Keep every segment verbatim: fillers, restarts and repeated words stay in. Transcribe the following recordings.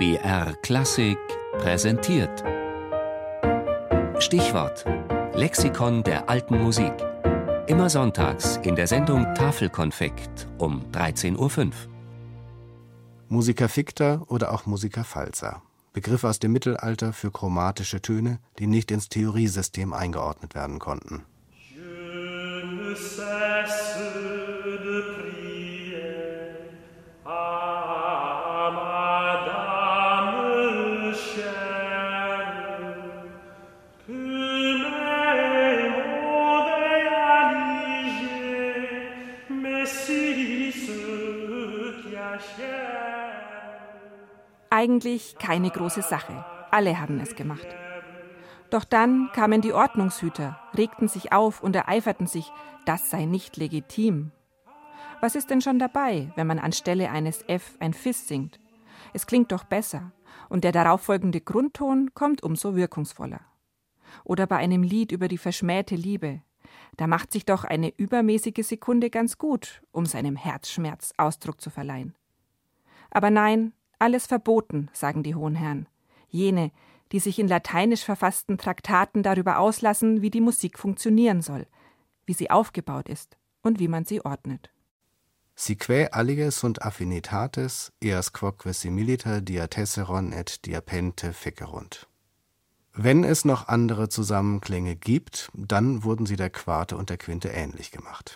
B R Klassik präsentiert. Stichwort: Lexikon der alten Musik. Immer sonntags in der Sendung Tafelkonfekt um dreizehn Uhr fünf. Musica ficta oder auch Musica falsa. Begriff aus dem Mittelalter für chromatische Töne, die nicht ins Theoriesystem eingeordnet werden konnten. Eigentlich keine große Sache. Alle haben es gemacht. Doch dann kamen die Ordnungshüter, regten sich auf und ereiferten sich, das sei nicht legitim. Was ist denn schon dabei, wenn man anstelle eines F ein Fis singt? Es klingt doch besser und der darauffolgende Grundton kommt umso wirkungsvoller. Oder bei einem Lied über die verschmähte Liebe. Da macht sich doch eine übermäßige Sekunde ganz gut, um seinem Herzschmerz Ausdruck zu verleihen. Aber nein, alles verboten, sagen die hohen Herren. Jene, die sich in lateinisch verfassten Traktaten darüber auslassen, wie die Musik funktionieren soll, wie sie aufgebaut ist und wie man sie ordnet. Sique allige sunt affinitates, eas quoque similiter diatesseron et diapente fecerunt. Wenn es noch andere Zusammenklänge gibt, dann wurden sie der Quarte und der Quinte ähnlich gemacht.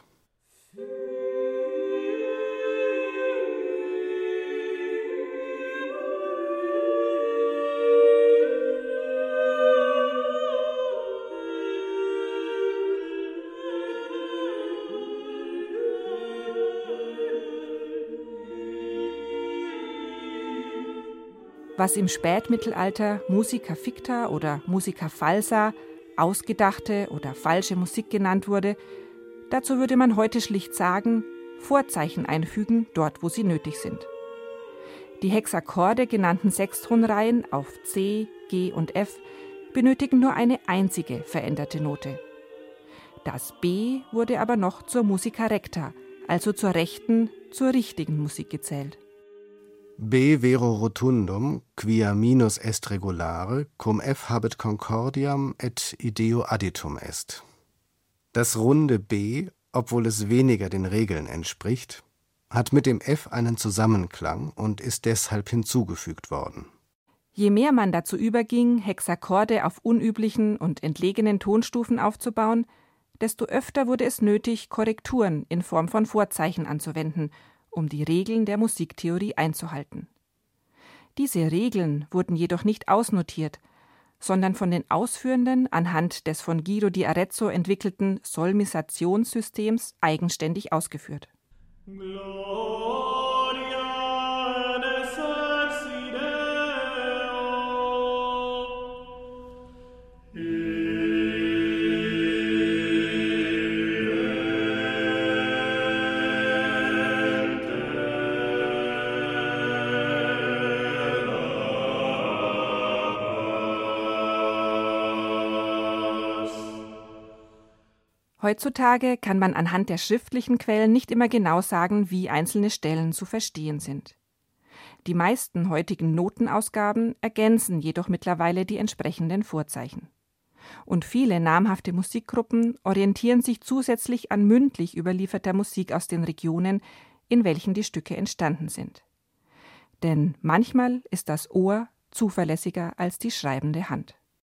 Was im Spätmittelalter Musica ficta oder Musica falsa, ausgedachte oder falsche Musik genannt wurde, dazu würde man heute schlicht sagen, Vorzeichen einfügen, dort wo sie nötig sind. Die Hexakkorde genannten Sechstonreihen auf C, G und F benötigen nur eine einzige veränderte Note. Das B wurde aber noch zur Musica recta, also zur rechten, zur richtigen Musik gezählt. B vero rotundum, quia minus est regulare, cum F habet concordiam et ideo additum est. Das runde B, obwohl es weniger den Regeln entspricht, hat mit dem F einen Zusammenklang und ist deshalb hinzugefügt worden. Je mehr man dazu überging, Hexakkorde auf unüblichen und entlegenen Tonstufen aufzubauen, desto öfter wurde es nötig, Korrekturen in Form von Vorzeichen anzuwenden, um die Regeln der Musiktheorie einzuhalten. Diese Regeln wurden jedoch nicht ausnotiert, sondern von den Ausführenden anhand des von Guido di Arezzo entwickelten Solmisationssystems eigenständig ausgeführt. Heutzutage kann man anhand der schriftlichen Quellen nicht immer genau sagen, wie einzelne Stellen zu verstehen sind. Die meisten heutigen Notenausgaben ergänzen jedoch mittlerweile die entsprechenden Vorzeichen. Und viele namhafte Musikgruppen orientieren sich zusätzlich an mündlich überlieferter Musik aus den Regionen, in welchen die Stücke entstanden sind. Denn manchmal ist das Ohr zuverlässiger als die schreibende Hand.